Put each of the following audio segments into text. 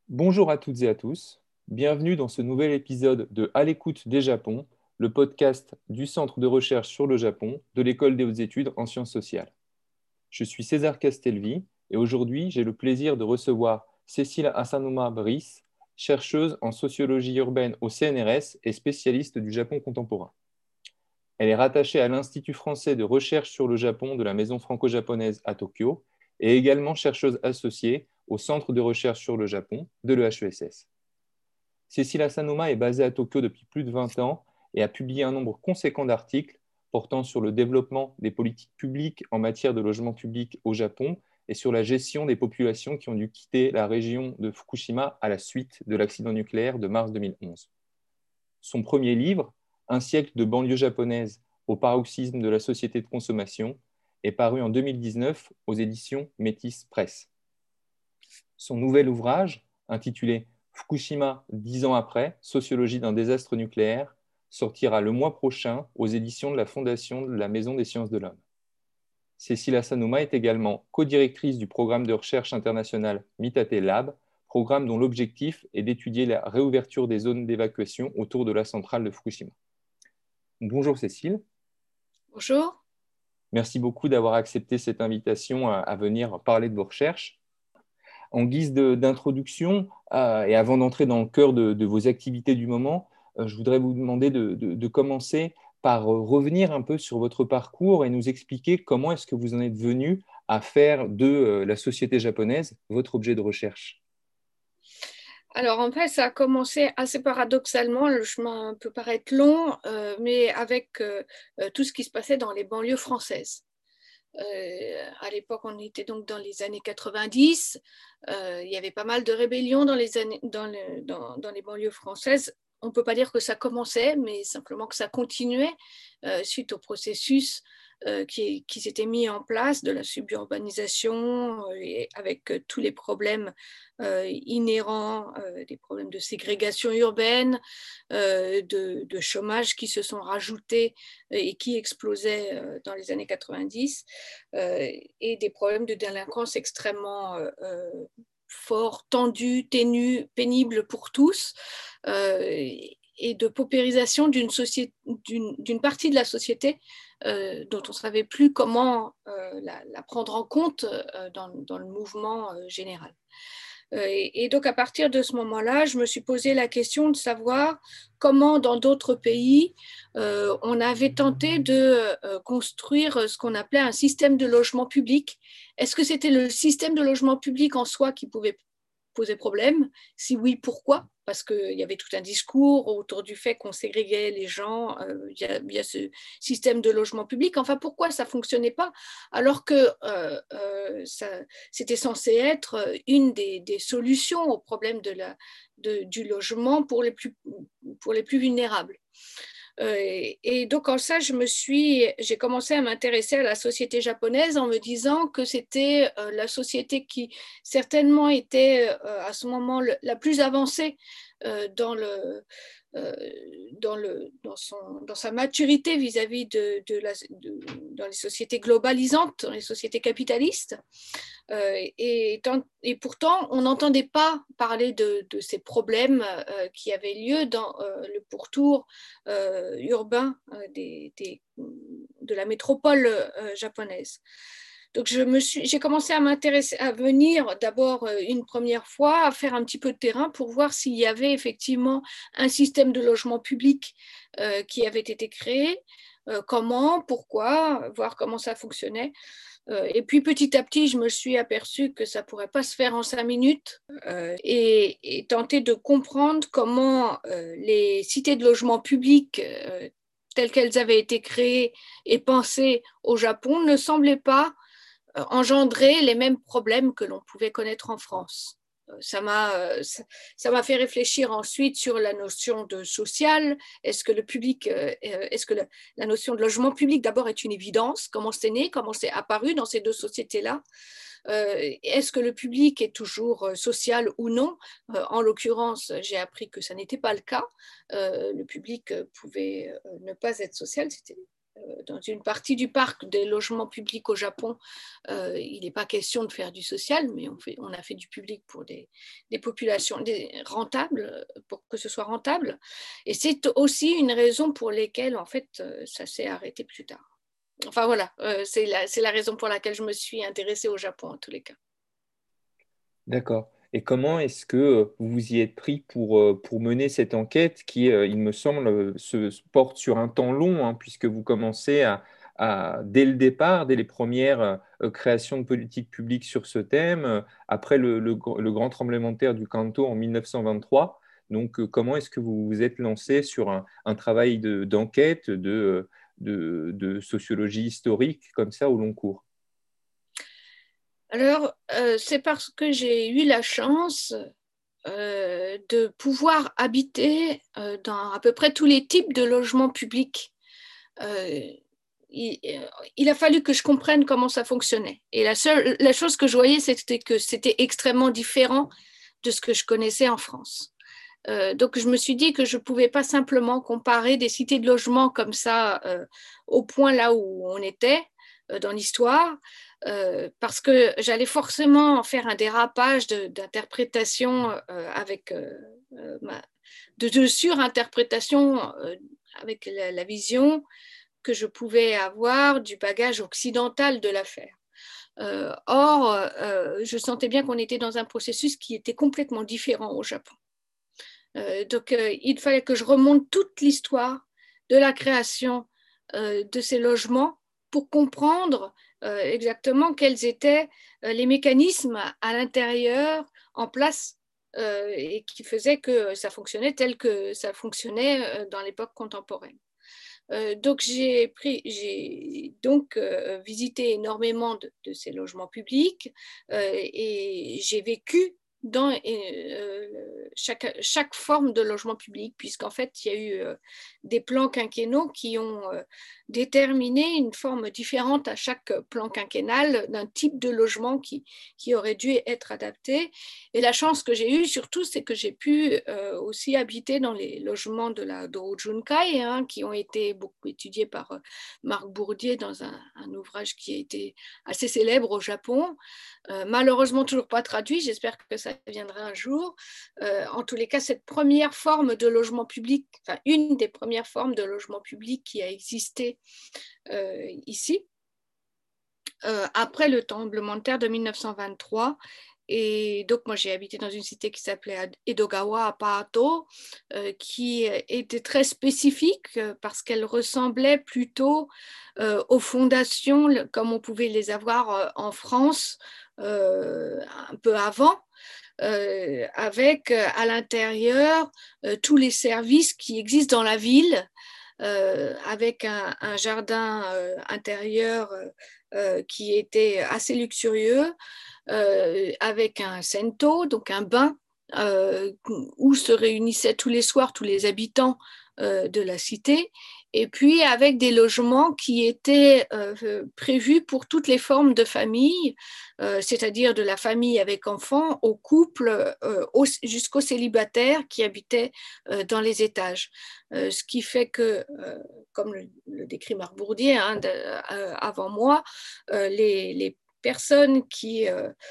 Bonjour à toutes et à tous, bienvenue dans ce nouvel épisode de À l'écoute des Japon, le podcast du Centre de recherche sur le Japon de l'École des hautes études en sciences sociales. Je suis César Castelvi et aujourd'hui j'ai le plaisir de recevoir Cécile Asanuma-Brice, chercheuse en sociologie urbaine au CNRS et spécialiste du Japon contemporain. Elle est rattachée à l'Institut français de recherche sur le Japon de la Maison franco-japonaise à Tokyo et également chercheuse associée au Centre de recherche sur le Japon de l'EHESS. Cécile Asanuma est basée à Tokyo depuis plus de 20 ans et a publié un nombre conséquent d'articles portant sur le développement des politiques publiques en matière de logement public au Japon et sur la gestion des populations qui ont dû quitter la région de Fukushima à la suite de l'accident nucléaire de mars 2011. Son premier livre, Un siècle de banlieue japonaise au paroxysme de la société de consommation, est paru en 2019 aux éditions Métis Presse. Son nouvel ouvrage, intitulé Fukushima 10 ans après, sociologie d'un désastre nucléaire, sortira le mois prochain aux éditions de la Fondation de la Maison des sciences de l'homme. Cécile Asanuma est également codirectrice du programme de recherche international Mitate Lab, programme dont l'objectif est d'étudier la réouverture des zones d'évacuation autour de la centrale de Fukushima. Bonjour Cécile. Bonjour. Merci beaucoup d'avoir accepté cette invitation à venir parler de vos recherches. En guise d'introduction, et avant d'entrer dans le cœur de vos activités du moment, je voudrais vous demander de commencer par revenir un peu sur votre parcours et nous expliquer comment est-ce que vous en êtes venu à faire de la société japonaise votre objet de recherche. Alors en fait, ça a commencé assez paradoxalement, le chemin peut paraître long, mais avec tout ce qui se passait dans les banlieues françaises. À l'époque, on était donc dans les années 90, il y avait pas mal de rébellions dans les banlieues françaises. On ne peut pas dire que ça commençait, mais simplement que ça continuait suite au processus qui s'était mis en place de la suburbanisation et avec tous les problèmes inhérents, des problèmes de ségrégation urbaine, de chômage qui se sont rajoutés et qui explosaient dans les années 90, et des problèmes de délinquance extrêmement forts, tendus, ténus, pénibles pour tous, et de paupérisation d'une partie de la société dont on ne savait plus comment la prendre en compte dans le mouvement général. Et donc, à partir de ce moment-là, je me suis posé la question de savoir comment, dans d'autres pays, on avait tenté de construire ce qu'on appelait un système de logement public. Est-ce que c'était le système de logement public en soi qui pouvait poser problème? Si oui, pourquoi? Parce qu'il y avait tout un discours autour du fait qu'on ségréguait les gens via ce système de logement public. Enfin, pourquoi ça ne fonctionnait pas alors que c'était censé être une des solutions au problème du logement pour les plus vulnérables. Et donc, en ça, j'ai commencé à m'intéresser à la société japonaise en me disant que c'était la société qui certainement était à ce moment la plus avancée dans dans sa maturité vis-à-vis dans les sociétés globalisantes, dans les sociétés capitalistes. Et pourtant, on n'entendait pas parler de ces problèmes qui avaient lieu dans le pourtour urbain de la métropole japonaise. Donc, j'ai commencé à m'intéresser, à venir d'abord une première fois, à faire un petit peu de terrain pour voir s'il y avait effectivement un système de logement public qui avait été créé, comment, pourquoi, voir comment ça fonctionnait. Et puis petit à petit, je me suis aperçue que ça ne pourrait pas se faire en 5 minutes et tenter de comprendre comment les cités de logement public telles qu'elles avaient été créées et pensées au Japon ne semblaient pas engendrer les mêmes problèmes que l'on pouvait connaître en France. Ça m'a fait réfléchir ensuite sur la notion de social. Est-ce que le public, est-ce que la notion de logement public d'abord est une évidence? Comment c'est né? Comment c'est apparu dans ces deux sociétés-là? Est-ce que le public est toujours social ou non? En l'occurrence, j'ai appris que ça n'était pas le cas. Le public pouvait ne pas être social. dans une partie du parc des logements publics au Japon, il n'est pas question de faire du social, mais on a fait du public pour des populations rentables, pour que ce soit rentable. Et c'est aussi une raison pour laquelle, en fait, ça s'est arrêté plus tard. Enfin voilà, c'est la raison pour laquelle je me suis intéressée au Japon, en tous les cas. D'accord. Et comment est-ce que vous vous y êtes pris pour mener cette enquête qui, il me semble, se porte sur un temps long, hein, puisque vous commencez dès le départ, dès les premières créations de politiques publiques sur ce thème, après le grand tremblement de terre du Kanto en 1923. Donc, comment est-ce que vous vous êtes lancé sur un travail d'enquête, de sociologie historique, comme ça, au long cours? Alors, c'est parce que j'ai eu la chance de pouvoir habiter dans à peu près tous les types de logements publics. Euh, il a fallu que je comprenne comment ça fonctionnait. Et la chose que je voyais, c'était que c'était extrêmement différent de ce que je connaissais en France. Donc, je me suis dit que je ne pouvais pas simplement comparer des cités de logement comme ça au point là où on était dans l'histoire, parce que j'allais forcément faire un dérapage d'interprétation avec de surinterprétation avec la vision que je pouvais avoir du bagage occidental de l'affaire. Or, je sentais bien qu'on était dans un processus qui était complètement différent au Japon. Donc, il fallait que je remonte toute l'histoire de la création de ces logements pour comprendre exactement quels étaient les mécanismes à l'intérieur en place et qui faisaient que ça fonctionnait tel que ça fonctionnait dans l'époque contemporaine. Donc, j'ai donc visité énormément de ces logements publics et j'ai vécu dans chaque forme de logement public, puisqu'en fait, il y a eu des plans quinquennaux qui ont déterminé une forme différente à chaque plan quinquennal d'un type de logement qui aurait dû être adapté. Et la chance que j'ai eue, surtout, c'est que j'ai pu aussi habiter dans les logements de la Doujunkai, hein, qui ont été beaucoup étudiés par Marc Bourdier dans un ouvrage qui a été assez célèbre au Japon. Malheureusement, toujours pas traduit, j'espère que ça viendra un jour. En tous les cas, cette première forme de logement public, enfin une des premières formes de logement public qui a existé ici, après le tremblement de terre de 1923. Et donc, moi, j'ai habité dans une cité qui s'appelait Edogawa, Apaato, qui était très spécifique parce qu'elle ressemblait plutôt aux fondations, comme on pouvait les avoir en France un peu avant. Avec à l'intérieur tous les services qui existent dans la ville, avec un jardin intérieur qui était assez luxurieux, avec un sento, donc un bain, où se réunissaient tous les soirs tous les habitants de la cité, et puis avec des logements qui étaient prévus pour toutes les formes de famille, c'est-à-dire de la famille avec enfants, au couple, jusqu'aux célibataires qui habitaient dans les étages. Ce qui fait que, comme le décrit Marc Bourdier hein, avant moi, les personnes qui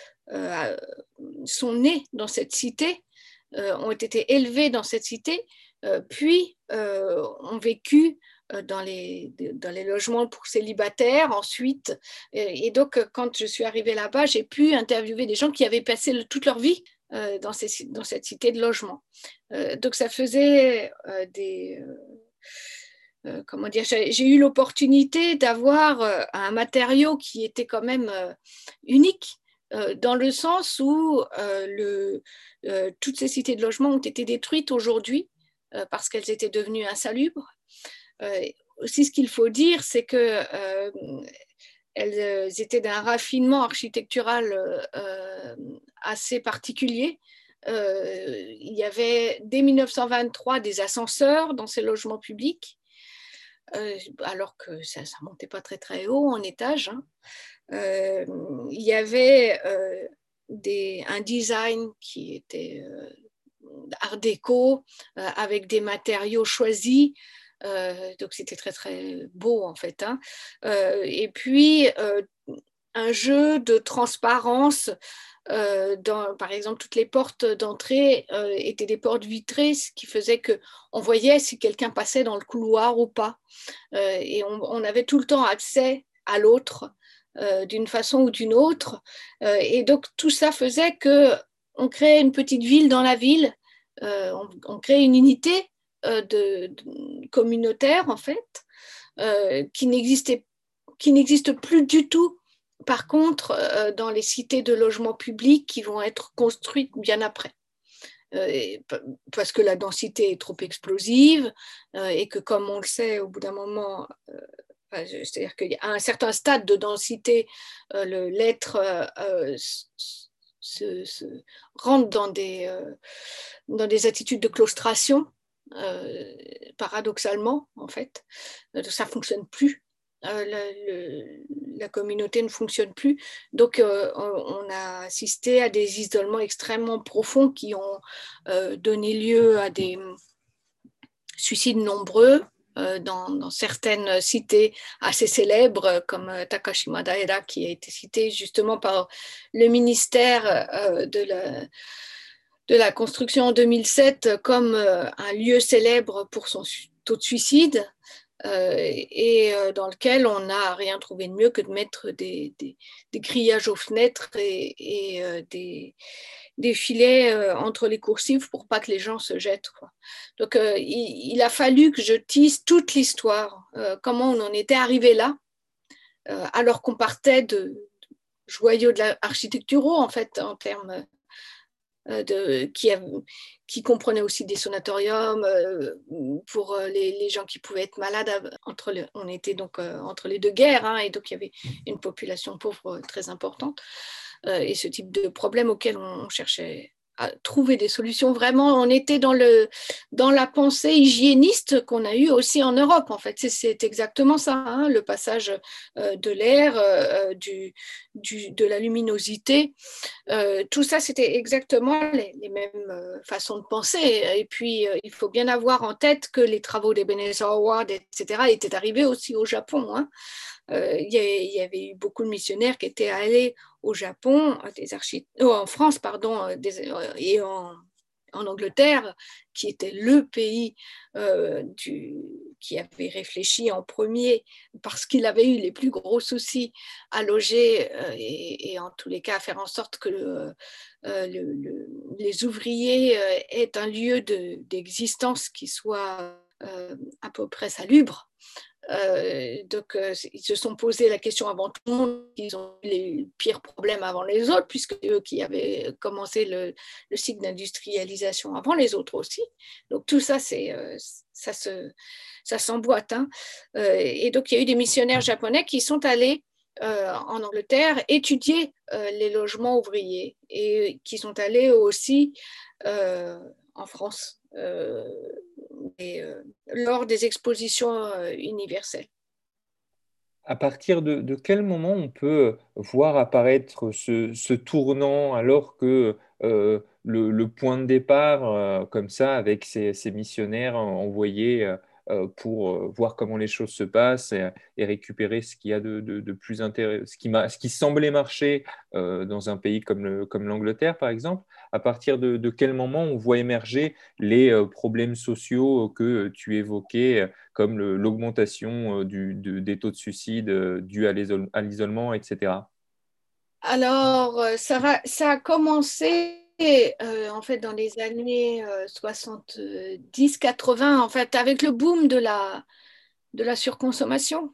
sont nées dans cette cité, ont été élevées dans cette cité, puis ont vécu dans les logements pour célibataires ensuite. Et donc, quand je suis arrivée là-bas, j'ai pu interviewer des gens qui avaient passé toute leur vie dans cette cité de logement. Donc, ça faisait comment dire, j'ai eu l'opportunité d'avoir un matériau qui était quand même unique, dans le sens où toutes ces cités de logement ont été détruites aujourd'hui parce qu'elles étaient devenues insalubres. Aussi, ce qu'il faut dire, c'est que elles étaient d'un raffinement architectural assez particulier. Il y avait dès 1923 des ascenseurs dans ces logements publics, alors que ça ne montait pas très très haut en étage. Hein. Il y avait un design qui était art déco, avec des matériaux choisis, Donc c'était très très beau en fait, hein. Et puis un jeu de transparence. Par exemple, toutes les portes d'entrée étaient des portes vitrées, ce qui faisait qu'on voyait si quelqu'un passait dans le couloir ou pas. Et on avait tout le temps accès à l'autre d'une façon ou d'une autre. Et donc tout ça faisait qu'on créait une petite ville dans la ville, on créait une unité communautaire en fait, qui n'existe plus du tout. Par contre, dans les cités de logements publics qui vont être construites bien après. Parce que la densité est trop explosive et que, comme on le sait, au bout d'un moment, c'est-à-dire qu'à un certain stade de densité, l'être se rentre dans des attitudes de claustration, paradoxalement, en fait. Ça ne fonctionne plus. La communauté ne fonctionne plus. Donc, on a assisté à des isolements extrêmement profonds qui ont donné lieu à des suicides nombreux dans certaines cités assez célèbres, comme Takashima Daira, qui a été cité justement par le ministère de la construction en 2007 comme un lieu célèbre pour son taux de suicide. Et dans lequel on n'a rien trouvé de mieux que de mettre des grillages aux fenêtres et des filets entre les coursives pour pas que les gens se jettent, quoi. Donc il a fallu que je tisse toute l'histoire, comment on en était arrivé là, alors qu'on partait de joyaux de architecturaux en fait, en termes qui comprenait aussi des sanatoriums pour les gens qui pouvaient être malades. On était donc entre les deux guerres, hein, et donc il y avait une population pauvre très importante. Et ce type de problème auquel on cherchait à trouver des solutions. Vraiment, on était dans la pensée hygiéniste qu'on a eue aussi en Europe, en fait. C'est exactement ça, hein, le passage de l'air, de la luminosité. Tout ça, c'était exactement les mêmes façons de penser. Et puis, il faut bien avoir en tête que les travaux des Benezor Award, etc., étaient arrivés aussi au Japon, hein. Il y avait eu beaucoup de missionnaires qui étaient allés au Japon, en France, pardon, et en Angleterre, qui était le pays qui avait réfléchi en premier, parce qu'il avait eu les plus gros soucis à loger et en tous les cas à faire en sorte que les ouvriers aient un lieu d'existence qui soit à peu près salubre. Donc, ils se sont posé la question avant tout le monde, ils ont eu les pires problèmes avant les autres, puisque eux qui avaient commencé le cycle d'industrialisation avant les autres aussi. Donc, tout ça, ça s'emboîte, hein. Et donc, il y a eu des missionnaires japonais qui sont allés en Angleterre étudier les logements ouvriers et qui sont allés aussi en France. Lors des expositions universelles. À partir de quel moment on peut voir apparaître ce tournant alors que le point de départ, comme ça, avec ces missionnaires envoyés pour voir comment les choses se passent et récupérer ce qu'il y a de plus intéressant, ce qui semblait marcher dans un pays comme l'Angleterre, par exemple, à partir de quel moment on voit émerger les problèmes sociaux que tu évoquais, comme l'augmentation des taux de suicide dus à l'isolement, etc. Alors, ça a commencé en fait dans les années 70-80, en fait, avec le boom de la surconsommation,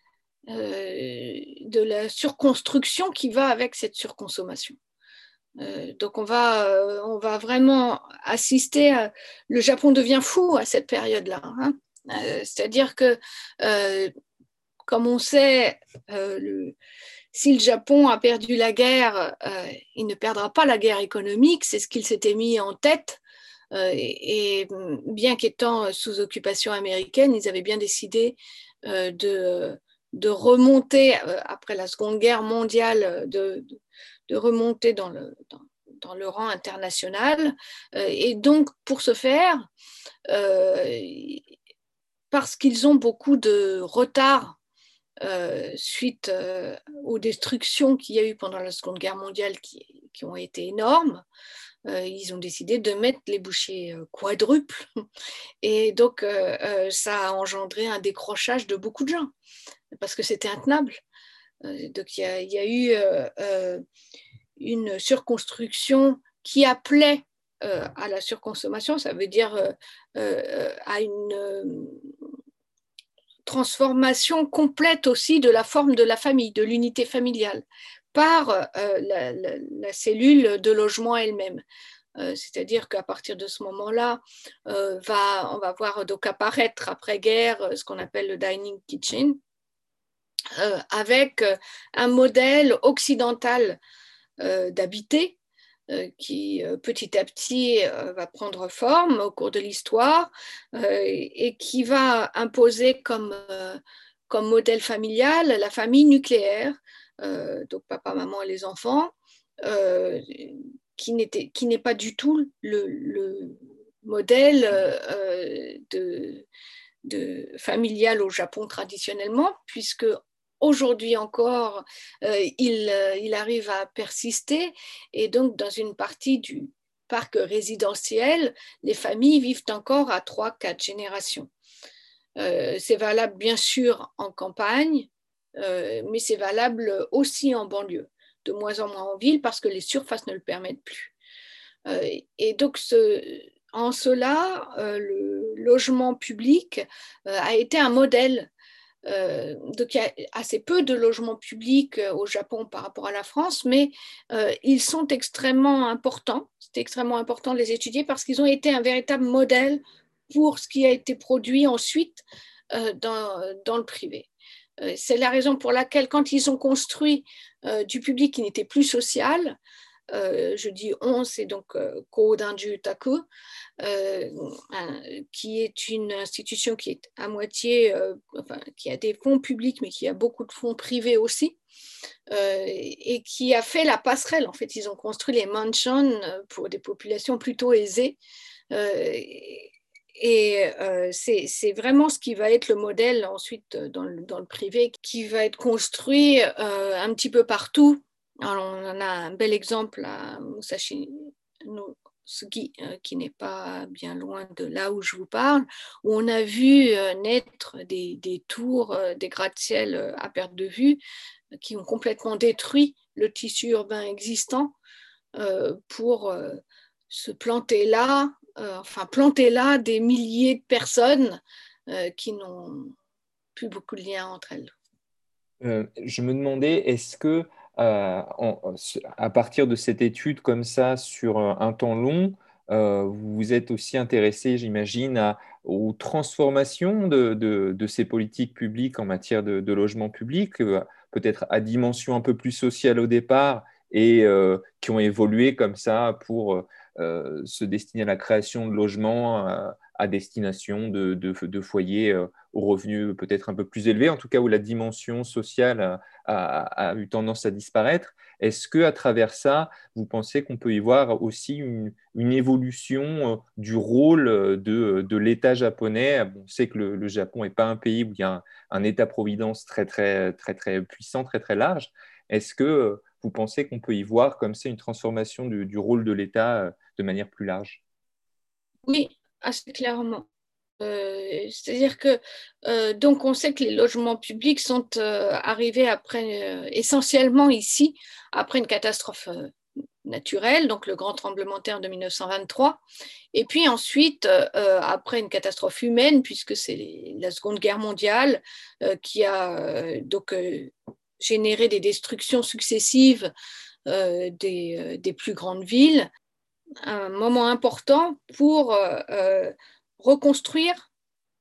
de la surconstruction qui va avec cette surconsommation. Donc on va vraiment assister le Japon devient fou à cette période-là, hein. C'est-à-dire que, comme on sait, si le Japon a perdu la guerre, il ne perdra pas la guerre économique, c'est ce qu'il s'était mis en tête. Et bien qu'étant sous occupation américaine, ils avaient bien décidé de remonter, après la Seconde Guerre mondiale, de remonter dans le rang international. Et donc, pour ce faire, parce qu'ils ont beaucoup de retard suite aux destructions qu'il y a eu pendant la Seconde Guerre mondiale qui ont été énormes. Ils ont décidé de mettre les bouchées quadruples et donc ça a engendré un décrochage de beaucoup de gens parce que c'était intenable. Donc il y a eu une surconstruction qui appelait à la surconsommation, ça veut dire à une transformation complète aussi de la forme de la famille, de l'unité familiale, par la cellule de logement elle-même. C'est-à-dire qu'à partir de ce moment-là, on va voir donc apparaître après-guerre ce qu'on appelle le dining kitchen, avec un modèle occidental d'habiter qui petit à petit va prendre forme au cours de l'histoire et qui va imposer comme modèle familial la famille nucléaire, donc papa, maman et les enfants, qui n'est pas du tout le modèle familial au Japon traditionnellement, puisque aujourd'hui encore, il arrive à persister. Et donc, dans une partie du parc résidentiel, les familles vivent encore à 3-4 générations. C'est valable, bien sûr, en campagne, mais c'est valable aussi en banlieue, de moins en moins en ville, parce que les surfaces ne le permettent plus. Et donc, en cela, le logement public a été un modèle. Donc il y a assez peu de logements publics au Japon par rapport à la France, mais ils sont extrêmement importants. C'est extrêmement important de les étudier parce qu'ils ont été un véritable modèle pour ce qui a été produit ensuite dans le privé. C'est la raison pour laquelle, quand ils ont construit du public qui n'était plus social, je dis on, c'est donc Kodanju Taku, qui est une institution qui est à moitié, qui a des fonds publics, mais qui a beaucoup de fonds privés aussi, et qui a fait la passerelle. En fait, ils ont construit les mansions pour des populations plutôt aisées. Et c'est vraiment ce qui va être le modèle ensuite dans le privé, qui va être construit un petit peu partout. Alors, on en a un bel exemple à Musashi no Sugi, qui n'est pas bien loin de là où je vous parle, où on a vu naître des tours, des gratte-ciel à perte de vue, qui ont complètement détruit le tissu urbain existant pour se planter là, planter là des milliers de personnes qui n'ont plus beaucoup de liens entre elles. Je me demandais, est-ce que à partir de cette étude comme ça sur un temps long, vous vous êtes aussi intéressé, j'imagine, aux transformations de ces politiques publiques en matière de logement public, peut-être à dimension un peu plus sociale au départ et qui ont évolué comme ça pour se destiner à la création de logements à destination de foyers aux revenus peut-être un peu plus élevés, en tout cas où la dimension sociale a eu tendance à disparaître. Est-ce que à travers ça, vous pensez qu'on peut y voir aussi une évolution du rôle de l'État japonais? On sait que le Japon n'est pas un pays où il y a un État-providence très, très, très, très puissant, très, très large. Est-ce que vous pensez qu'on peut y voir comme c'est une transformation du rôle de l'État de manière plus large? Oui, assez clairement. C'est-à-dire que donc on sait que les logements publics sont arrivés après, essentiellement ici, après une catastrophe naturelle, donc le grand tremblement de terre de 1923, et puis ensuite après une catastrophe humaine, puisque c'est la Seconde Guerre mondiale qui a généré des destructions successives des plus grandes villes, un moment important pour reconstruire,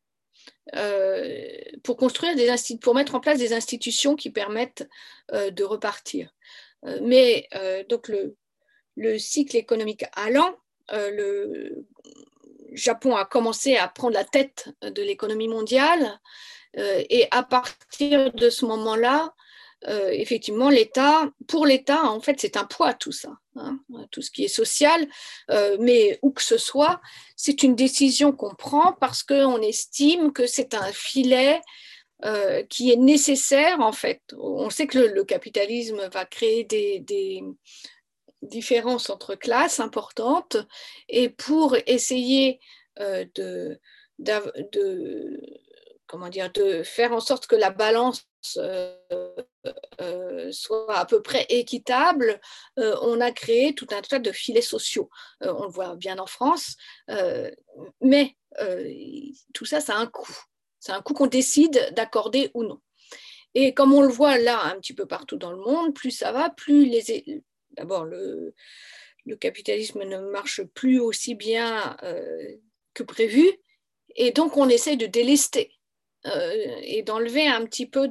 pour mettre en place des institutions qui permettent de repartir. Mais donc le cycle économique allant, le Japon a commencé à prendre la tête de l'économie mondiale et à partir de ce moment-là, effectivement, pour l'État, en fait, c'est un poids tout ça, hein, tout ce qui est social, mais où que ce soit, c'est une décision qu'on prend parce qu'on estime que c'est un filet qui est nécessaire, en fait. On sait que le capitalisme va créer des différences entre classes importantes, et pour essayer de, de, comment dire, de faire en sorte que la balance soit à peu près équitable, on a créé tout un tas de filets sociaux. On le voit bien en France, mais tout ça, ça a un coût. C'est un coût qu'on décide d'accorder ou non. Et comme on le voit là un petit peu partout dans le monde, plus ça va, plus d'abord le capitalisme ne marche plus aussi bien que prévu, et donc on essaie de délester et d'enlever un petit peu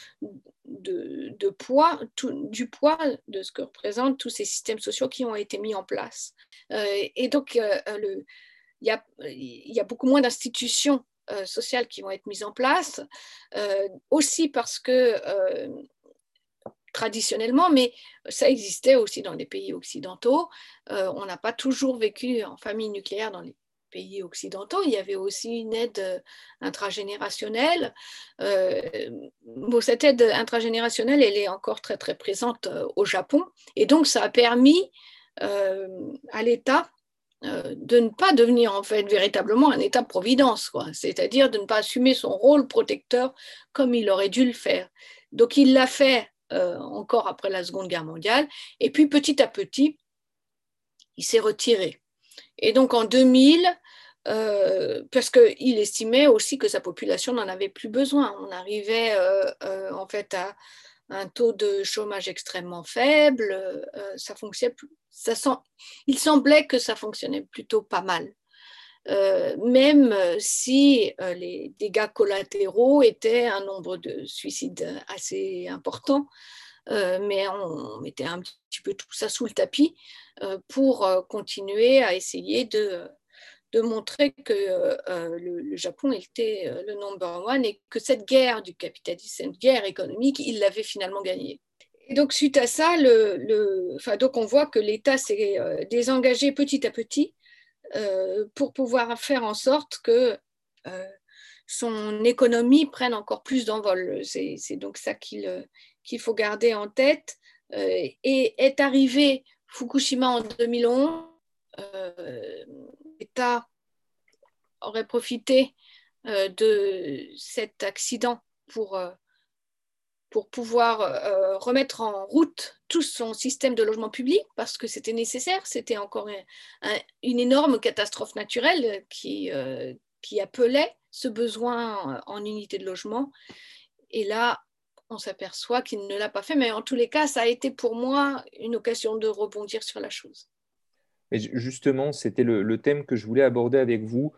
de poids, du poids de ce que représentent tous ces systèmes sociaux qui ont été mis en place. Et donc, il y a beaucoup moins d'institutions sociales qui vont être mises en place, aussi parce que traditionnellement, mais ça existait aussi dans les pays occidentaux. On n'a pas toujours vécu en famille nucléaire dans les pays occidentaux. Il y avait aussi une aide intragénérationnelle. Bon, cette aide intragénérationnelle, elle est encore très, très présente au Japon. Et donc, ça a permis à l'État de ne pas devenir en fait véritablement un État-providence, quoi. C'est-à-dire de ne pas assumer son rôle protecteur comme il aurait dû le faire. Donc il l'a fait encore après la Seconde Guerre mondiale, et puis petit à petit, il s'est retiré. Et donc en 2000, parce qu'il estimait aussi que sa population n'en avait plus besoin. On arrivait en fait à un taux de chômage extrêmement faible, ça fonctionnait plus, il semblait que ça fonctionnait plutôt pas mal. Même si les dégâts collatéraux étaient un nombre de suicides assez important, mais on mettait un petit peu tout ça sous le tapis pour continuer à essayer de montrer que le Japon était le number one, et que cette guerre du capitalisme, cette guerre économique, il l'avait finalement gagnée. Et donc, suite à ça, donc on voit que l'État s'est désengagé petit à petit pour pouvoir faire en sorte que son économie prenne encore plus d'envol. C'est donc ça qu'il faut garder en tête. Et est arrivé Fukushima en 2011, l'État aurait profité de cet accident pour pouvoir remettre en route tout son système de logement public, parce que c'était nécessaire. C'était encore une énorme catastrophe naturelle qui appelait ce besoin en unité de logement. Et là, on s'aperçoit qu'il ne l'a pas fait. Mais en tous les cas, ça a été pour moi une occasion de rebondir sur la chose. Et justement, c'était le thème que je voulais aborder avec vous.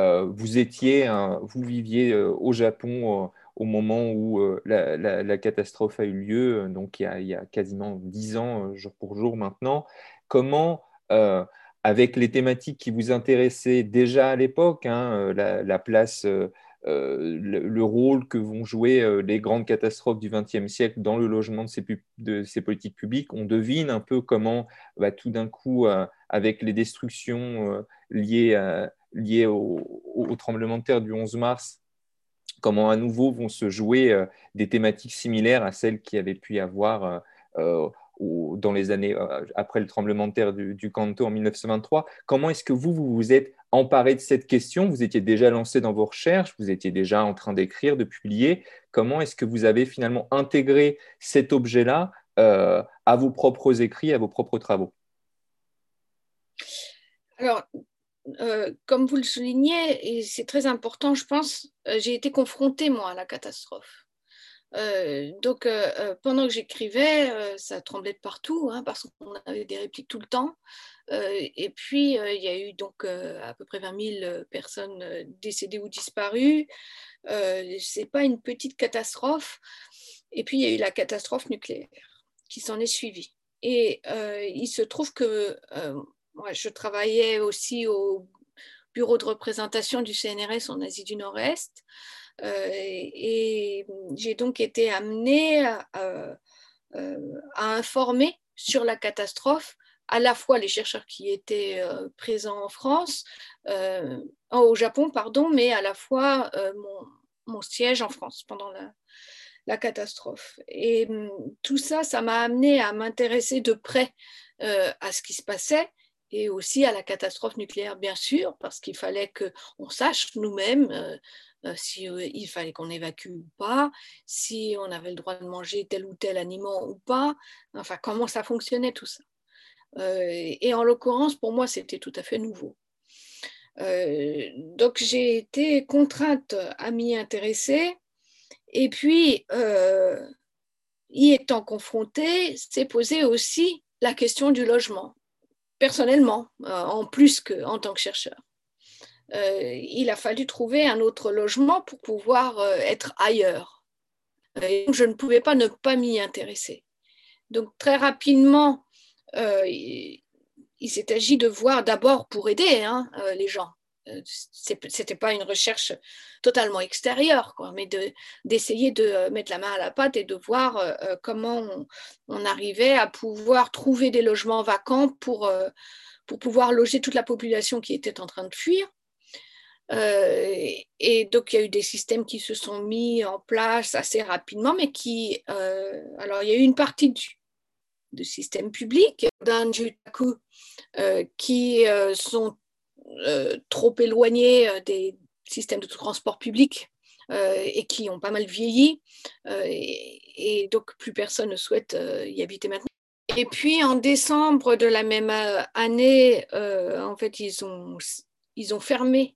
Vous viviez au Japon au moment où la catastrophe a eu lieu, donc il y a quasiment 10 ans, jour pour jour maintenant. Comment, avec les thématiques qui vous intéressaient déjà à l'époque, hein, la place, le rôle que vont jouer les grandes catastrophes du XXe siècle dans le logement de ces politiques publiques, on devine un peu comment tout d'un coup, avec les destructions liées au tremblement de terre du 11 mars, comment à nouveau vont se jouer des thématiques similaires à celles qui avaient pu y avoir dans les années après le tremblement de terre du Kanto en 1923. Comment est-ce que vous vous êtes emparé de cette question? Vous étiez déjà lancé dans vos recherches, vous étiez déjà en train d'écrire, de publier. Comment est-ce que vous avez finalement intégré cet objet-là à vos propres écrits, à vos propres travaux? Alors, comme vous le soulignez, et c'est très important, je pense, j'ai été confrontée, moi, à la catastrophe. Donc, pendant que j'écrivais, ça tremblait de partout, hein, parce qu'on avait des répliques tout le temps. Et puis, il y a eu donc à peu près 20 000 personnes décédées ou disparues. Ce n'est pas une petite catastrophe. Et puis, il y a eu la catastrophe nucléaire qui s'en est suivie. Et il se trouve que moi, je travaillais aussi au bureau de représentation du CNRS en Asie du Nord-Est. Et j'ai donc été amenée à informer sur la catastrophe à la fois les chercheurs qui étaient présents en France, au Japon, pardon, mais à la fois mon siège en France pendant la catastrophe. Et tout ça, ça m'a amené à m'intéresser de près à ce qui se passait et aussi à la catastrophe nucléaire, bien sûr, parce qu'il fallait qu'on sache nous-mêmes il fallait qu'on évacue ou pas, si on avait le droit de manger tel ou tel aliment ou pas, enfin, comment ça fonctionnait tout ça. Et en l'occurrence, pour moi, c'était tout à fait nouveau. Donc, j'ai été contrainte à m'y intéresser. Et puis, y étant confrontée, s'est posée aussi la question du logement, personnellement, en plus qu'en tant que chercheur. Il a fallu trouver un autre logement pour pouvoir être ailleurs. Et donc, je ne pouvais pas ne pas m'y intéresser. Donc, très rapidement, il s'est agi de voir d'abord pour aider les gens. Ce n'était pas une recherche totalement extérieure, quoi, mais d'essayer de mettre la main à la pâte et de voir comment on arrivait à pouvoir trouver des logements vacants pour pouvoir loger toute la population qui était en train de fuir. Et donc, il y a eu des systèmes qui se sont mis en place assez rapidement, mais alors, il y a eu une partie du système public, d'un Jutaku, qui sont trop éloignés des systèmes de transport public et qui ont pas mal vieilli. Et donc, plus personne ne souhaite y habiter maintenant. Et puis, en décembre de la même année, en fait, ils ont fermé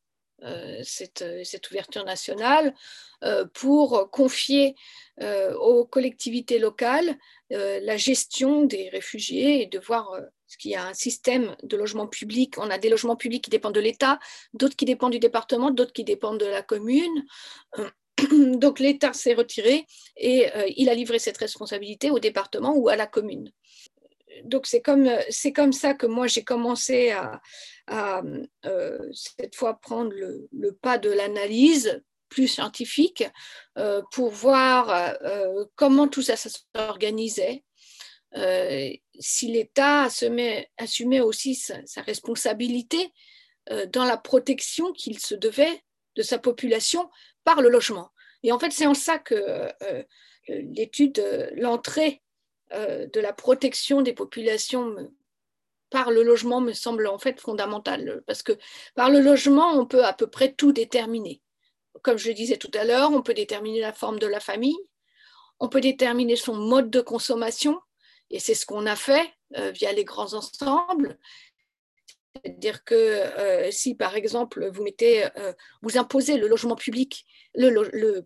cette ouverture nationale pour confier aux collectivités locales la gestion des réfugiés et de voir parce qu'il y a un système de logement public. On a des logements publics qui dépendent de l'État, d'autres qui dépendent du département, d'autres qui dépendent de la commune. Donc l'État s'est retiré et il a livré cette responsabilité au département ou à la commune. Donc c'est comme ça que moi j'ai commencé à cette fois prendre le pas de l'analyse plus scientifique pour voir comment tout ça s'organisait. Si l'État assumait aussi sa responsabilité dans la protection qu'il se devait de sa population par le logement. Et en fait, c'est en ça que l'étude, l'entrée de la protection des populations par le logement me semble en fait fondamentale, parce que par le logement, on peut à peu près tout déterminer. Comme je le disais tout à l'heure, on peut déterminer la forme de la famille, on peut déterminer son mode de consommation, et c'est ce qu'on a fait via les grands ensembles. C'est-à-dire que si, par exemple, vous imposez le logement public, le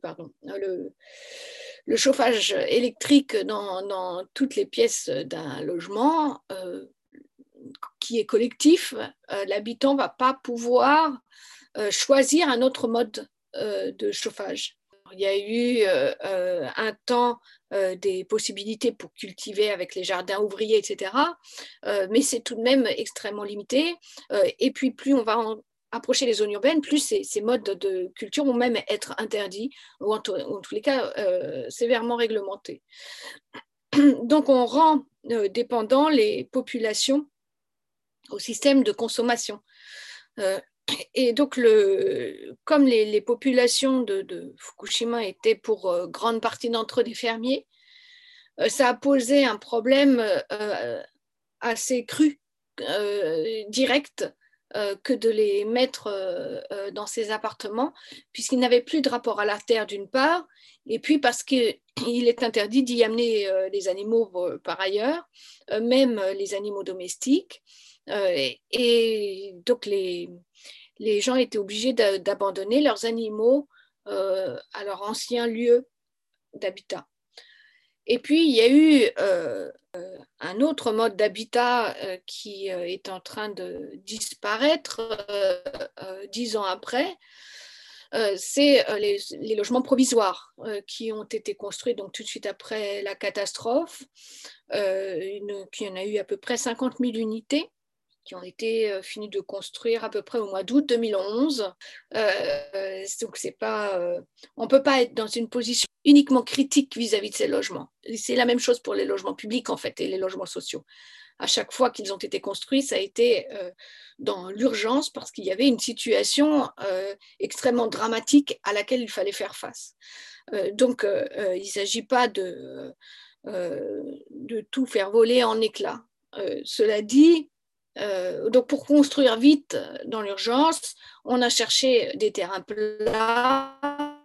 chauffage électrique dans toutes les pièces d'un logement qui est collectif, l'habitant ne va pas pouvoir choisir un autre mode de chauffage. Il y a eu un temps des possibilités pour cultiver avec les jardins ouvriers, etc. Mais c'est tout de même extrêmement limité. Et puis, plus on va approcher les zones urbaines, plus ces modes de culture vont même être interdits, ou en tous les cas sévèrement réglementés. Donc, on rend dépendant les populations au système de consommation. Et donc, comme les populations de Fukushima étaient pour grande partie d'entre eux des fermiers, ça a posé un problème assez cru, direct, que de les mettre dans ces appartements, puisqu'ils n'avaient plus de rapport à la terre d'une part, et puis parce qu'il est interdit d'y amener les animaux par ailleurs, même les animaux domestiques. Et donc les gens étaient obligés d'abandonner leurs animaux à leur ancien lieu d'habitat. Et puis, il y a eu un autre mode d'habitat qui est en train de disparaître 10 ans après. C'est les logements provisoires qui ont été construits donc, tout de suite après la catastrophe, qui en a eu à peu près 50 000 unités. qui ont été finis de construire à peu près au mois d'août 2011. Donc on ne peut pas être dans une position uniquement critique vis-à-vis de ces logements. C'est la même chose pour les logements publics en fait et les logements sociaux. À chaque fois qu'ils ont été construits, ça a été dans l'urgence parce qu'il y avait une situation extrêmement dramatique à laquelle il fallait faire face. Donc, il ne s'agit pas de tout faire voler en éclats. Cela dit, donc pour construire vite dans l'urgence, on a cherché des terrains plats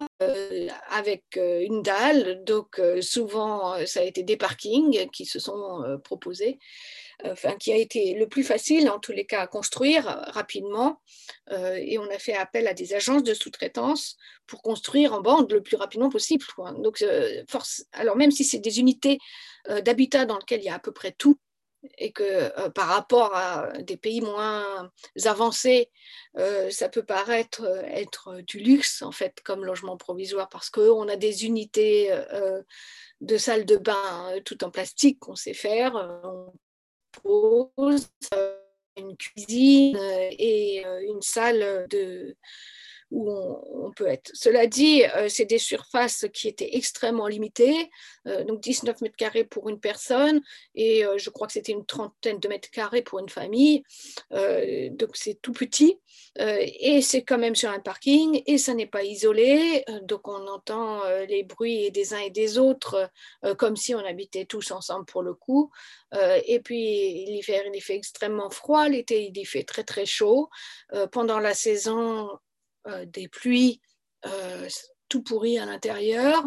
avec une dalle. Donc souvent, ça a été des parkings qui se sont proposés, qui a été le plus facile en tous les cas à construire rapidement. Et on a fait appel à des agences de sous-traitance pour construire en bande le plus rapidement possible, quoi. Donc, alors même si c'est des unités d'habitat dans lesquelles il y a à peu près tout, et que par rapport à des pays moins avancés, ça peut paraître être du luxe en fait comme logement provisoire parce qu'on a des unités de salles de bain tout en plastique qu'on sait faire, on pose une cuisine et une salle où on peut être. Cela dit, c'est des surfaces qui étaient extrêmement limitées, donc 19 mètres carrés pour une personne et je crois que c'était une trentaine de mètres carrés pour une famille, donc c'est tout petit et c'est quand même sur un parking et ça n'est pas isolé, donc on entend les bruits des uns et des autres comme si on habitait tous ensemble pour le coup, et puis l'hiver il fait extrêmement froid, l'été il y fait très très chaud, pendant la saison des pluies, tout pourri à l'intérieur.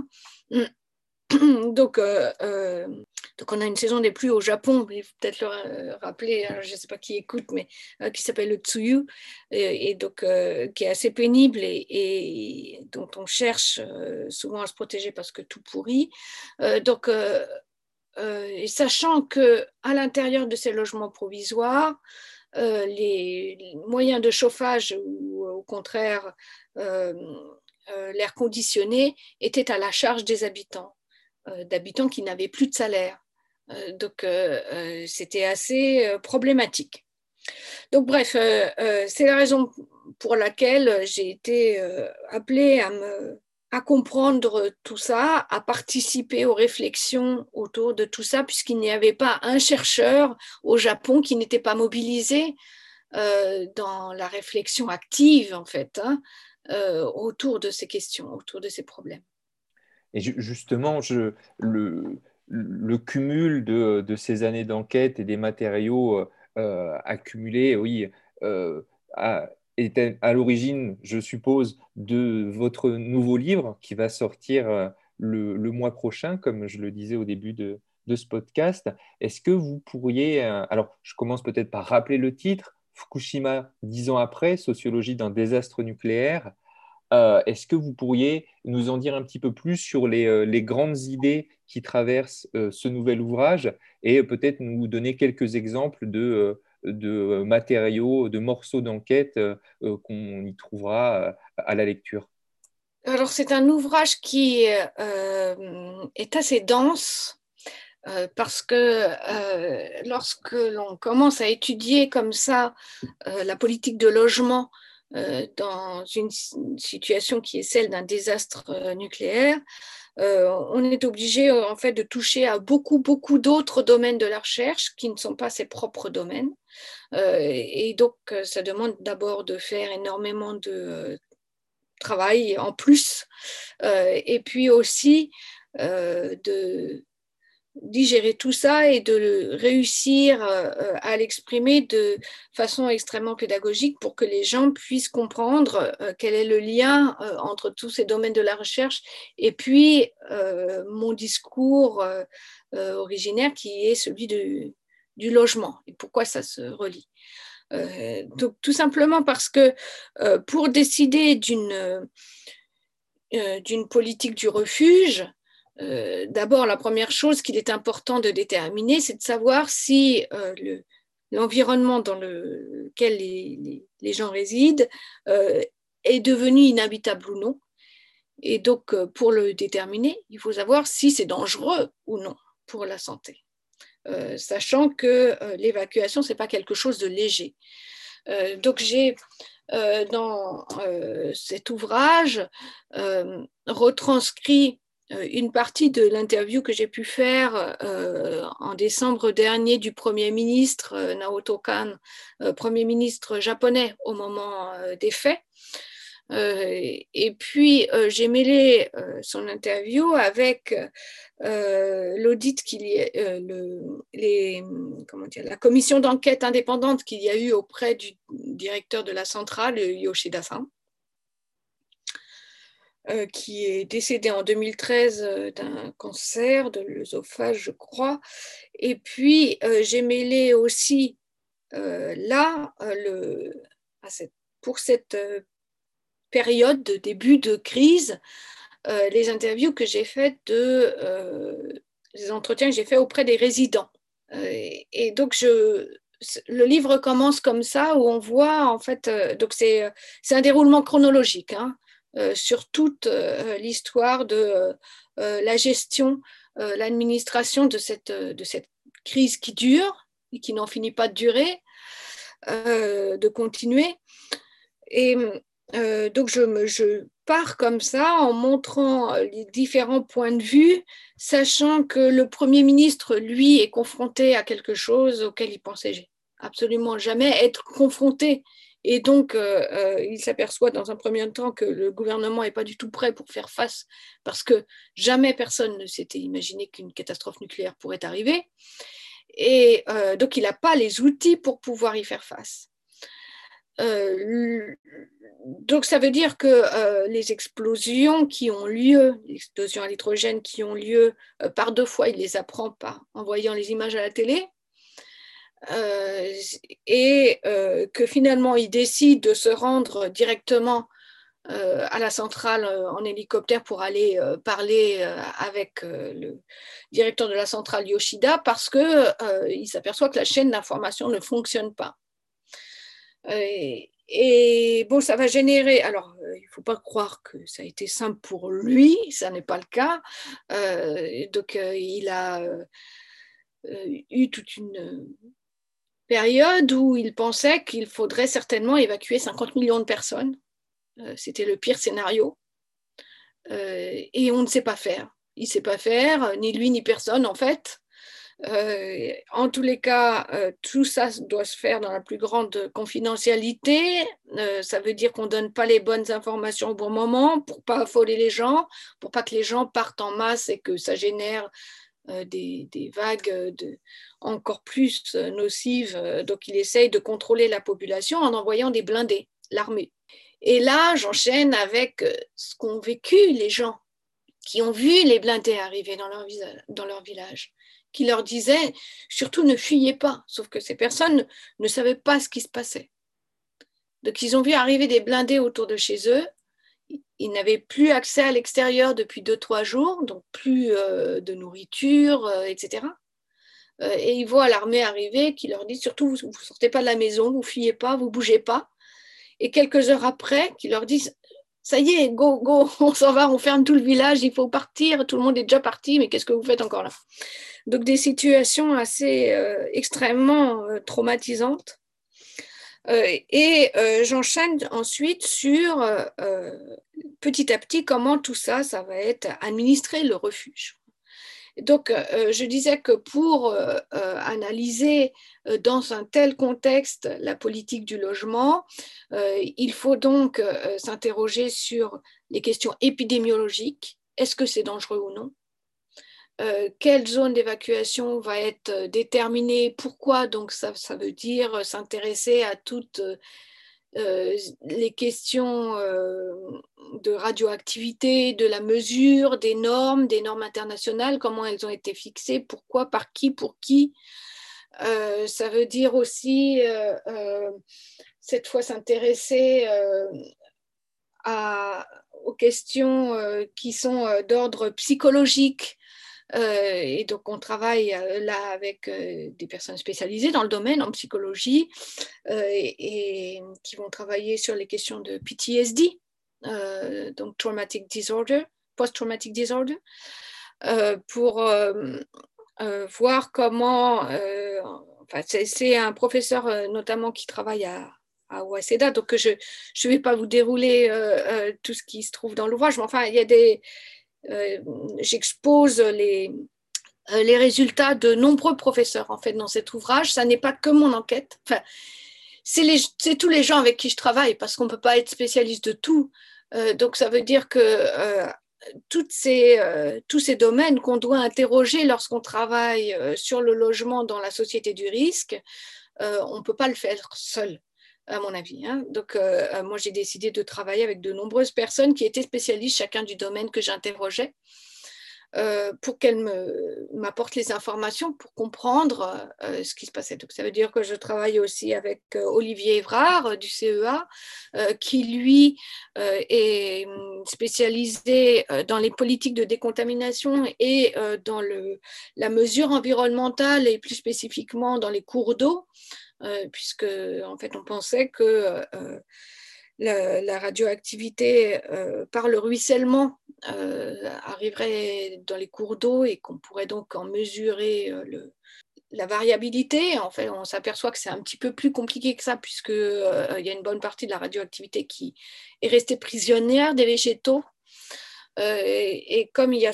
Donc, donc, on a une saison des pluies au Japon, il faut peut-être le rappeler, je ne sais pas qui écoute, mais qui s'appelle le Tsuyu, et donc qui est assez pénible et dont on cherche souvent à se protéger parce que tout pourrit. Donc, et sachant qu'à l'intérieur de ces logements provisoires, les moyens de chauffage ou au contraire l'air conditionné étaient à la charge des habitants, d'habitants qui n'avaient plus de salaire. Donc c'était assez problématique. Donc bref, c'est la raison pour laquelle j'ai été appelée à comprendre tout ça, à participer aux réflexions autour de tout ça, puisqu'il n'y avait pas un chercheur au Japon qui n'était pas mobilisé dans la réflexion active, en fait, hein, autour de ces questions, autour de ces problèmes. Et justement, le cumul de ces années d'enquête et des matériaux accumulés, oui, euh, était à l'origine, je suppose, de votre nouveau livre qui va sortir le mois prochain, comme je le disais au début de ce podcast. Est-ce que vous pourriez, alors je commence peut-être par rappeler le titre, Fukushima, 10 ans après, sociologie d'un désastre nucléaire. Est-ce que vous pourriez nous en dire un petit peu plus sur les grandes idées qui traversent ce nouvel ouvrage et peut-être nous donner quelques exemples de matériaux, de morceaux d'enquête qu'on y trouvera à la lecture? Alors, c'est un ouvrage qui est assez dense parce que lorsque l'on commence à étudier comme ça la politique de logement dans une situation qui est celle d'un désastre nucléaire, on est obligé en fait de toucher à beaucoup, beaucoup d'autres domaines de la recherche qui ne sont pas ses propres domaines. Et donc, ça demande d'abord de faire énormément de travail en plus, et puis aussi de digérer tout ça et de réussir à l'exprimer de façon extrêmement pédagogique pour que les gens puissent comprendre quel est le lien entre tous ces domaines de la recherche et puis mon discours originaire qui est celui du logement et pourquoi ça se relie. Donc tout simplement parce que pour décider d'une politique du refuge, d'abord, la première chose qu'il est important de déterminer, c'est de savoir si l'environnement dans lequel les gens résident est devenu inhabitable ou non. Et donc, pour le déterminer, il faut savoir si c'est dangereux ou non pour la santé. sachant que l'évacuation, ce n'est pas quelque chose de léger. Donc j'ai dans cet ouvrage retranscrit une partie de l'interview que j'ai pu faire en décembre dernier du Premier ministre Naoto Kan, Premier ministre japonais au moment des faits. Et puis, j'ai mêlé son interview avec l'audit qu'il y a, la commission d'enquête indépendante qu'il y a eu auprès du directeur de la centrale, Yoshida-san, qui est décédé en 2013 d'un cancer de l'œsophage, je crois. Et puis, j'ai mêlé aussi pour cette période de début de crise, les interviews que j'ai faites les entretiens que j'ai faits auprès des résidents. Et donc, le livre commence comme ça, où on voit, en fait, donc c'est un déroulement chronologique, hein, sur toute l'histoire de la gestion, l'administration de cette crise qui dure et qui n'en finit pas de durer, de continuer. Et donc, je pars comme ça en montrant les différents points de vue, sachant que le Premier ministre, lui, est confronté à quelque chose auquel il pensait absolument jamais être confronté. Et donc, il s'aperçoit dans un premier temps que le gouvernement n'est pas du tout prêt pour faire face, parce que jamais personne ne s'était imaginé qu'une catastrophe nucléaire pourrait arriver. Et donc, il n'a pas les outils pour pouvoir y faire face. Donc, ça veut dire que les explosions qui ont lieu, les explosions à l'hydrogène qui ont lieu par 2 fois, il les apprend en voyant les images à la télé. Et que finalement, il décide de se rendre directement à la centrale en hélicoptère pour aller parler avec le directeur de la centrale Yoshida, parce qu'il s'aperçoit que la chaîne d'information ne fonctionne pas. Et bon, ça va générer. Alors, il ne faut pas croire que ça a été simple pour lui, ça n'est pas le cas. Donc, il a eu toute une période où il pensait qu'il faudrait certainement évacuer 50 millions de personnes. C'était le pire scénario. Et on ne sait pas faire. Il ne sait pas faire, ni lui ni personne en fait. En tous les cas, tout ça doit se faire dans la plus grande confidentialité. Ça veut dire qu'on ne donne pas les bonnes informations au bon moment pour ne pas affoler les gens, pour pas que les gens partent en masse et que ça génère des vagues encore plus nocives. Donc, il essaye de contrôler la population en envoyant des blindés, l'armée. Et là, j'enchaîne avec ce qu'ont vécu les gens qui ont vu les blindés arriver dans leur village, qui leur disaient surtout ne fuyez pas, sauf que ces personnes ne savaient pas ce qui se passait. Donc ils ont vu arriver des blindés autour de chez eux, ils n'avaient plus accès à l'extérieur depuis 2-3 jours, donc plus de nourriture, etc. Et ils voient l'armée arriver qui leur dit surtout vous ne sortez pas de la maison, vous ne fuyez pas, vous ne bougez pas. Et quelques heures après, qui leur disent ça y est, go, go, on s'en va, on ferme tout le village, il faut partir, tout le monde est déjà parti, mais qu'est-ce que vous faites encore là? Donc des situations assez extrêmement traumatisantes. Et j'enchaîne ensuite sur petit à petit comment tout ça va être administré, le refuge. Donc, je disais que pour analyser dans un tel contexte la politique du logement, il faut donc s'interroger sur les questions épidémiologiques. Est-ce que c'est dangereux ou non? Quelle zone d'évacuation va être déterminée? Pourquoi? Donc, ça veut dire s'intéresser à toutes les questions de radioactivité, de la mesure, des normes internationales, comment elles ont été fixées, pourquoi, par qui, pour qui. Ça veut dire aussi, cette fois, s'intéresser aux questions qui sont d'ordre psychologique. Et donc, on travaille là avec des personnes spécialisées dans le domaine en psychologie et qui vont travailler sur les questions de PTSD, donc Traumatic Disorder, Post-Traumatic Disorder, pour voir comment, enfin, c'est un professeur notamment qui travaille à Waseda, donc je ne vais pas vous dérouler tout ce qui se trouve dans l'ouvrage, mais enfin, il y a j'expose les résultats de nombreux professeurs en fait dans cet ouvrage. Ça n'est pas que mon enquête. Enfin, c'est tous les gens avec qui je travaille parce qu'on ne peut pas être spécialiste de tout. Donc ça veut dire que tous ces domaines qu'on doit interroger lorsqu'on travaille sur le logement dans la société du risque, on ne peut pas le faire seul, à mon avis. Hein. Donc, moi, j'ai décidé de travailler avec de nombreuses personnes qui étaient spécialistes chacun du domaine que j'interrogeais. Pour qu'elle m'apporte les informations pour comprendre ce qui se passait. Donc, ça veut dire que je travaille aussi avec Olivier Évrard du CEA, qui lui est spécialisé dans les politiques de décontamination et dans la mesure environnementale et plus spécifiquement dans les cours d'eau, puisque en fait on pensait que la radioactivité par le ruissellement arriverait dans les cours d'eau et qu'on pourrait donc en mesurer la variabilité. En fait, on s'aperçoit que c'est un petit peu plus compliqué que ça, puisqu'il y a une bonne partie de la radioactivité qui est restée prisonnière des végétaux. Et comme il y a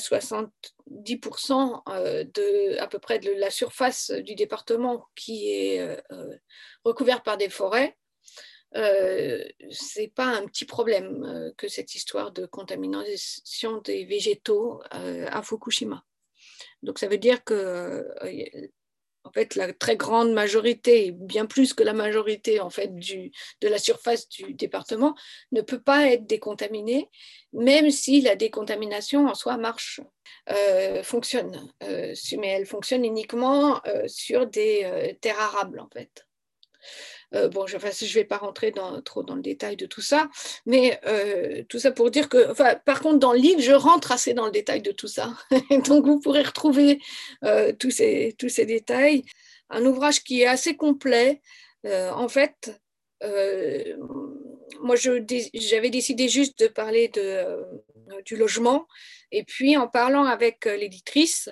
70% à peu près de la surface du département qui est recouverte par des forêts, c'est pas un petit problème que cette histoire de contamination des végétaux à Fukushima. Donc ça veut dire que en fait la très grande majorité, bien plus que la majorité en fait de la surface du département, ne peut pas être décontaminée, même si la décontamination en soi fonctionne, mais elle fonctionne uniquement sur des terres arables en fait. Bon, je ne vais pas rentrer trop dans le détail de tout ça, mais tout ça pour dire que, enfin, par contre, dans le livre, je rentre assez dans le détail de tout ça. Donc, vous pourrez retrouver tous ces détails. Un ouvrage qui est assez complet. En fait, moi, j'avais décidé juste de parler du logement. Et puis, en parlant avec l'éditrice,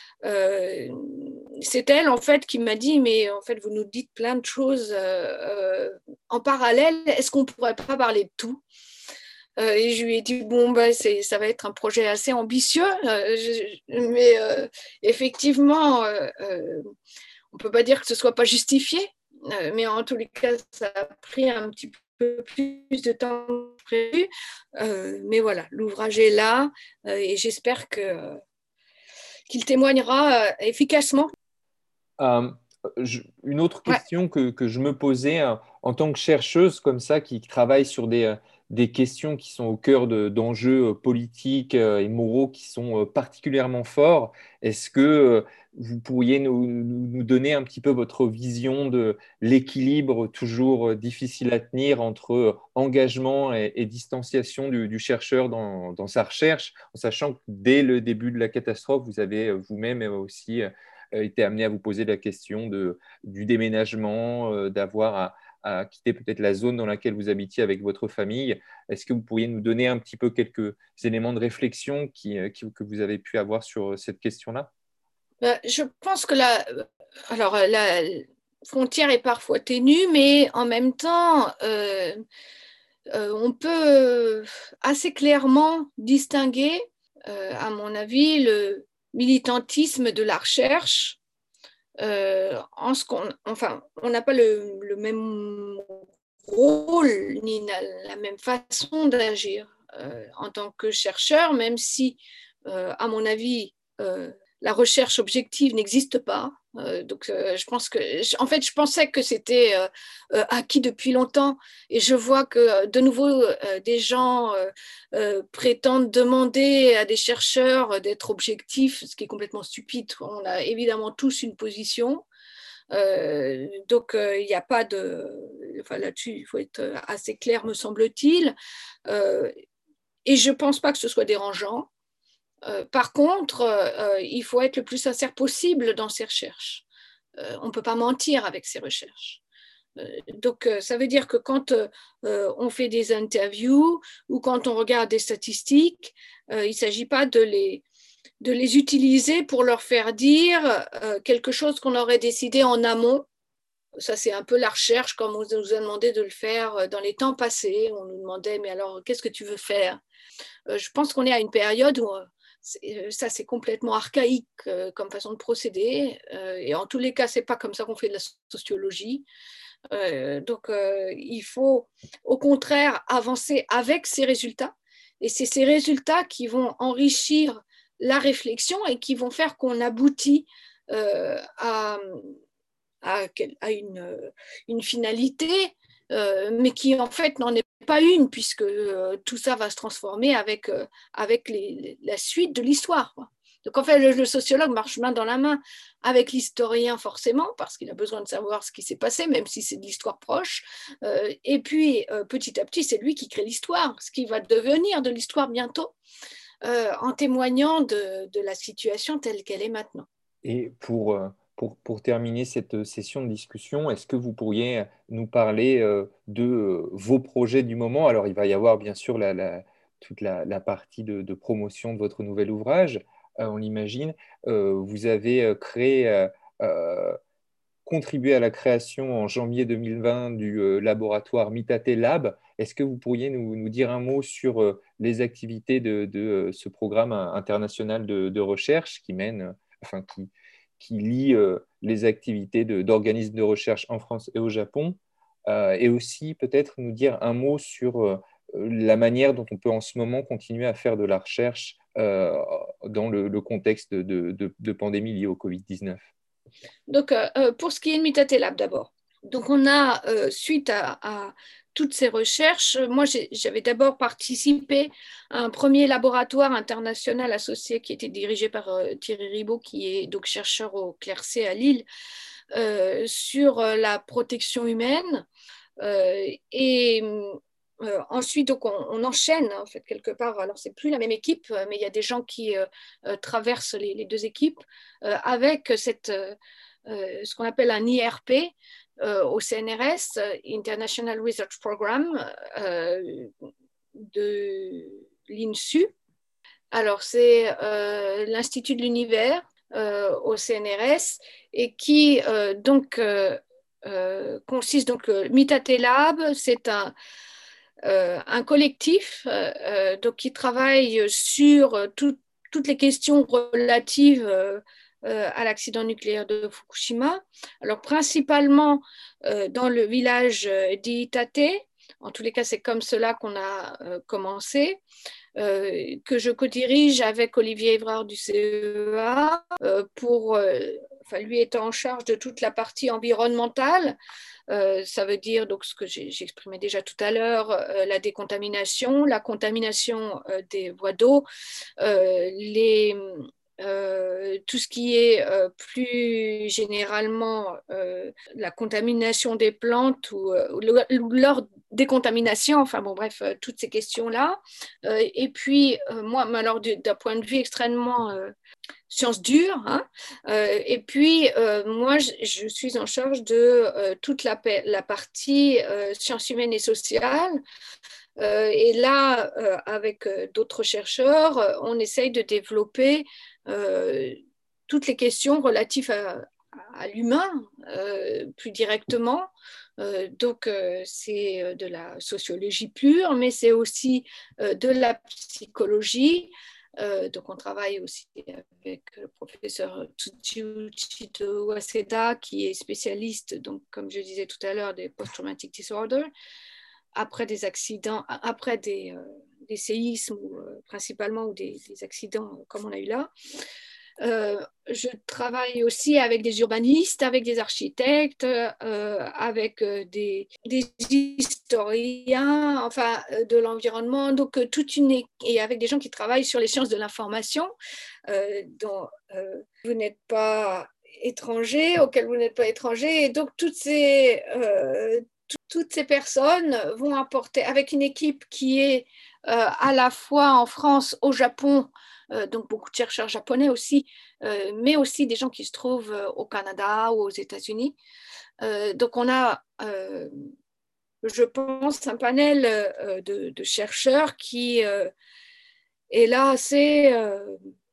c'est elle en fait qui m'a dit mais en fait vous nous dites plein de choses en parallèle, est-ce qu'on pourrait pas parler de tout et je lui ai dit bon ben ça va être un projet assez ambitieux mais effectivement on peut pas dire que ce soit pas justifié mais en tous les cas ça a pris un petit peu plus de temps que prévu mais voilà l'ouvrage est là et j'espère qu'il témoignera efficacement. Euh, une autre Ouais. question que je me posais en tant que chercheuse comme ça qui travaille sur des questions qui sont au cœur d'enjeux politiques et moraux qui sont particulièrement forts, est-ce que vous pourriez nous donner un petit peu votre vision de l'équilibre toujours difficile à tenir entre engagement et distanciation du chercheur dans sa recherche, en sachant que dès le début de la catastrophe, vous avez vous-même aussi été amené à vous poser la question du déménagement, d'avoir à quitter peut-être la zone dans laquelle vous habitiez avec votre famille. Est-ce que vous pourriez nous donner un petit peu quelques éléments de réflexion que vous avez pu avoir sur cette question-là? Je pense que la frontière est parfois ténue, mais en même temps, on peut assez clairement distinguer, à mon avis, le militantisme de la recherche enfin, on n'a pas le même rôle ni la même façon d'agir en tant que chercheur, même si, à mon avis, la recherche objective n'existe pas. Donc, en fait, je pensais que c'était acquis depuis longtemps, et je vois que de nouveau des gens prétendent demander à des chercheurs d'être objectifs, ce qui est complètement stupide. On a évidemment tous une position. Donc, il n'y a pas de. Enfin, là-dessus, il faut être assez clair, me semble-t-il. Et je ne pense pas que ce soit dérangeant. Par contre, il faut être le plus sincère possible dans ses recherches. On ne peut pas mentir avec ses recherches. Donc, ça veut dire que quand on fait des interviews ou quand on regarde des statistiques, il ne s'agit pas de de les utiliser pour leur faire dire quelque chose qu'on aurait décidé en amont. Ça, c'est un peu la recherche, comme on nous a demandé de le faire dans les temps passés. On nous demandait, mais alors, qu'est-ce que tu veux faire? Je pense qu'on est à une période où ça, c'est complètement archaïque comme façon de procéder. Et en tous les cas, c'est pas comme ça qu'on fait de la sociologie. Donc, il faut au contraire avancer avec ces résultats. Et c'est ces résultats qui vont enrichir la réflexion et qui vont faire qu'on aboutit à une finalité, mais qui en fait n'en est pas une, puisque tout ça va se transformer avec la suite de l'histoire. Donc en fait, le sociologue marche main dans la main avec l'historien forcément, parce qu'il a besoin de savoir ce qui s'est passé, même si c'est de l'histoire proche. Et puis petit à petit, c'est lui qui crée l'histoire, ce qui va devenir de l'histoire bientôt, en témoignant de la situation telle qu'elle est maintenant. Et pour terminer cette session de discussion, est-ce que vous pourriez nous parler de vos projets du moment? Alors, il va y avoir bien sûr toute la partie de promotion de votre nouvel ouvrage, on l'imagine. Vous avez euh, contribué à la création en janvier 2020 du laboratoire Mitate Lab. Est-ce que vous pourriez nous dire un mot sur les activités de ce programme international de recherche qui mène, enfin qui lie les activités d'organismes de recherche en France et au Japon, et aussi peut-être nous dire un mot sur la manière dont on peut en ce moment continuer à faire de la recherche dans le contexte de pandémie liée au Covid-19. Donc, pour ce qui est de Mitate Lab d'abord. Donc, on a, suite à toutes ces recherches, moi, j'avais d'abord participé à un premier laboratoire international associé qui était dirigé par Thierry Ribaud, qui est donc chercheur au CLERC à Lille, sur la protection humaine. Et ensuite, donc, on enchaîne en fait quelque part. Alors, c'est plus la même équipe, mais il y a des gens qui traversent les deux équipes avec ce qu'on appelle un IRP au CNRS, International Research Program de l'INSU. Alors, c'est l'Institut de l'univers au CNRS et qui consiste donc Mitate Lab, c'est un collectif donc qui travaille sur toutes les questions relatives à l'accident nucléaire de Fukushima. Alors principalement dans le village d'Iitate. En tous les cas, c'est comme cela qu'on a commencé. Que je co-dirige avec Olivier Évrard du CEA lui étant en charge de toute la partie environnementale. Ça veut dire donc ce que j'exprimais déjà tout à l'heure, la décontamination, la contamination des voies d'eau, tout ce qui est plus généralement la contamination des plantes ou leur décontamination, enfin bon bref, toutes ces questions-là. Et puis moi, alors d'un point de vue extrêmement sciences dures, hein, et puis moi, je suis en charge de toute la partie sciences humaines et sociales. Et là, avec d'autres chercheurs, on essaye de développer toutes les questions relatives à l'humain plus directement. Donc, c'est de la sociologie pure, mais c'est aussi de la psychologie. Donc, on travaille aussi avec le professeur Tsuchi Waseda, qui est spécialiste, donc, comme je disais tout à l'heure, des post-traumatic disorders, après des accidents, après des séismes principalement ou des accidents comme on a eu là. Je travaille aussi avec des urbanistes, avec des architectes, avec des historiens, enfin de l'environnement, donc et avec des gens qui travaillent sur les sciences de l'information, dont vous n'êtes pas étranger, auxquels vous n'êtes pas étranger, et donc toutes ces personnes vont apporter, avec une équipe qui est à la fois en France, au Japon, donc beaucoup de chercheurs japonais aussi, mais aussi des gens qui se trouvent au Canada ou aux États-Unis. Donc on a, je pense, un panel de chercheurs qui est là assez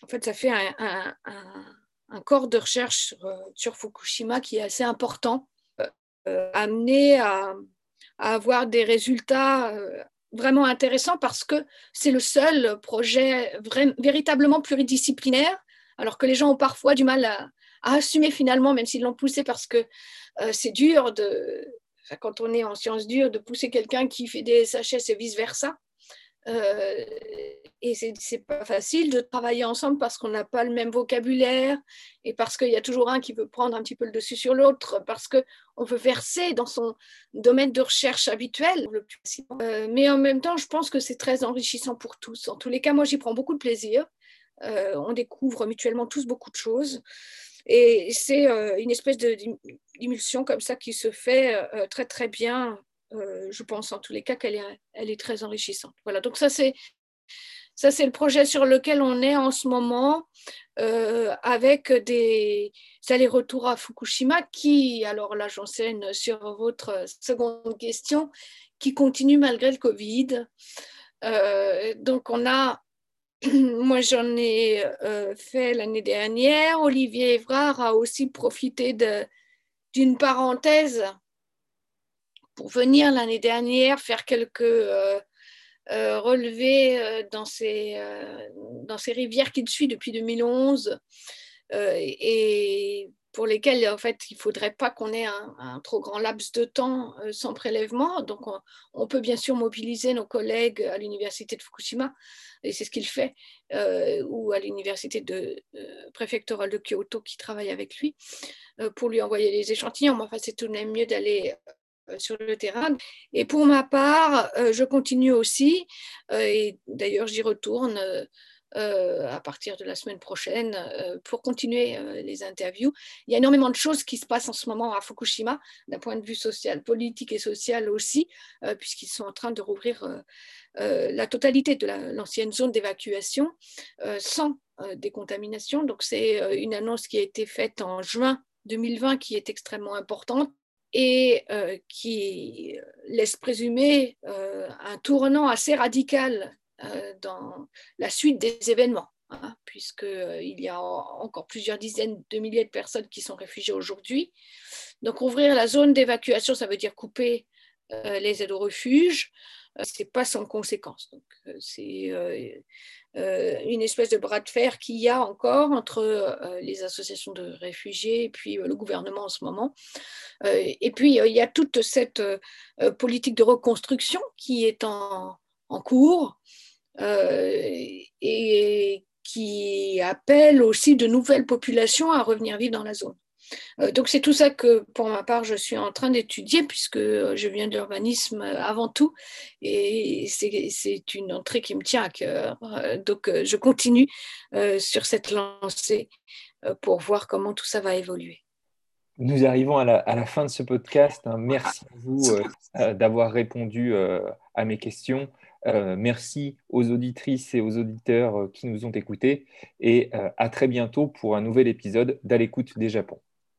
En fait, ça fait un corps de recherche sur Fukushima qui est assez important, amené à avoir des résultats vraiment intéressants parce que c'est le seul projet véritablement pluridisciplinaire, alors que les gens ont parfois du mal à assumer finalement, même s'ils l'ont poussé parce que c'est dur quand on est en sciences dures, de pousser quelqu'un qui fait des SHS et vice-versa. Et c'est pas facile de travailler ensemble parce qu'on n'a pas le même vocabulaire et parce qu'il y a toujours un qui veut prendre un petit peu le dessus sur l'autre, parce qu'on veut verser dans son domaine de recherche habituel. Mais en même temps, je pense que c'est très enrichissant pour tous. En tous les cas, moi, j'y prends beaucoup de plaisir. On découvre mutuellement tous beaucoup de choses. Et c'est une espèce d'émulsion comme ça qui se fait très, très bien. Je pense en tous les cas qu'elle est très enrichissante. Voilà, donc ça c'est le projet sur lequel on est en ce moment, avec des allers-retours à Fukushima qui, alors là j'enseigne sur votre seconde question, qui continue malgré le Covid. Donc on a, moi j'en ai fait l'année dernière, Olivier Évrard a aussi profité d'une parenthèse pour venir l'année dernière faire quelques relevés dans ces rivières qu'il suit depuis 2011 et pour lesquelles en fait il ne faudrait pas qu'on ait un trop grand laps de temps sans prélèvement. Donc on peut bien sûr mobiliser nos collègues à l'université de Fukushima, et c'est ce qu'il fait, ou à l'université préfectorale de Kyoto qui travaille avec lui, pour lui envoyer les échantillons. Mais enfin, c'est tout de même mieux d'aller sur le terrain. Et pour ma part, je continue aussi, et d'ailleurs j'y retourne à partir de la semaine prochaine pour continuer les interviews. Il y a énormément de choses qui se passent en ce moment à Fukushima, d'un point de vue social, politique et social aussi, puisqu'ils sont en train de rouvrir la totalité de l'ancienne zone d'évacuation sans décontamination. Donc c'est une annonce qui a été faite en juin 2020 qui est extrêmement importante et qui laisse présumer un tournant assez radical dans la suite des événements, hein, puisqu'il y a encore plusieurs dizaines de milliers de personnes qui sont réfugiées aujourd'hui. Donc ouvrir la zone d'évacuation, ça veut dire couper les aides au refuge. C'est pas sans conséquence. Donc c'est une espèce de bras de fer qu'il y a encore entre les associations de réfugiés et puis le gouvernement en ce moment. Et puis il y a toute cette politique de reconstruction qui est en cours et qui appelle aussi de nouvelles populations à revenir vivre dans la zone. Donc c'est tout ça que pour ma part je suis en train d'étudier, puisque je viens de l'urbanisme avant tout et c'est une entrée qui me tient à cœur. Donc je continue sur cette lancée pour voir comment tout ça va évoluer. Nous arrivons à la fin de ce podcast. Merci à vous d'avoir répondu à mes questions. Merci aux auditrices et aux auditeurs qui nous ont écoutés. Et à très bientôt pour un nouvel épisode d'À l'écoute des Japon.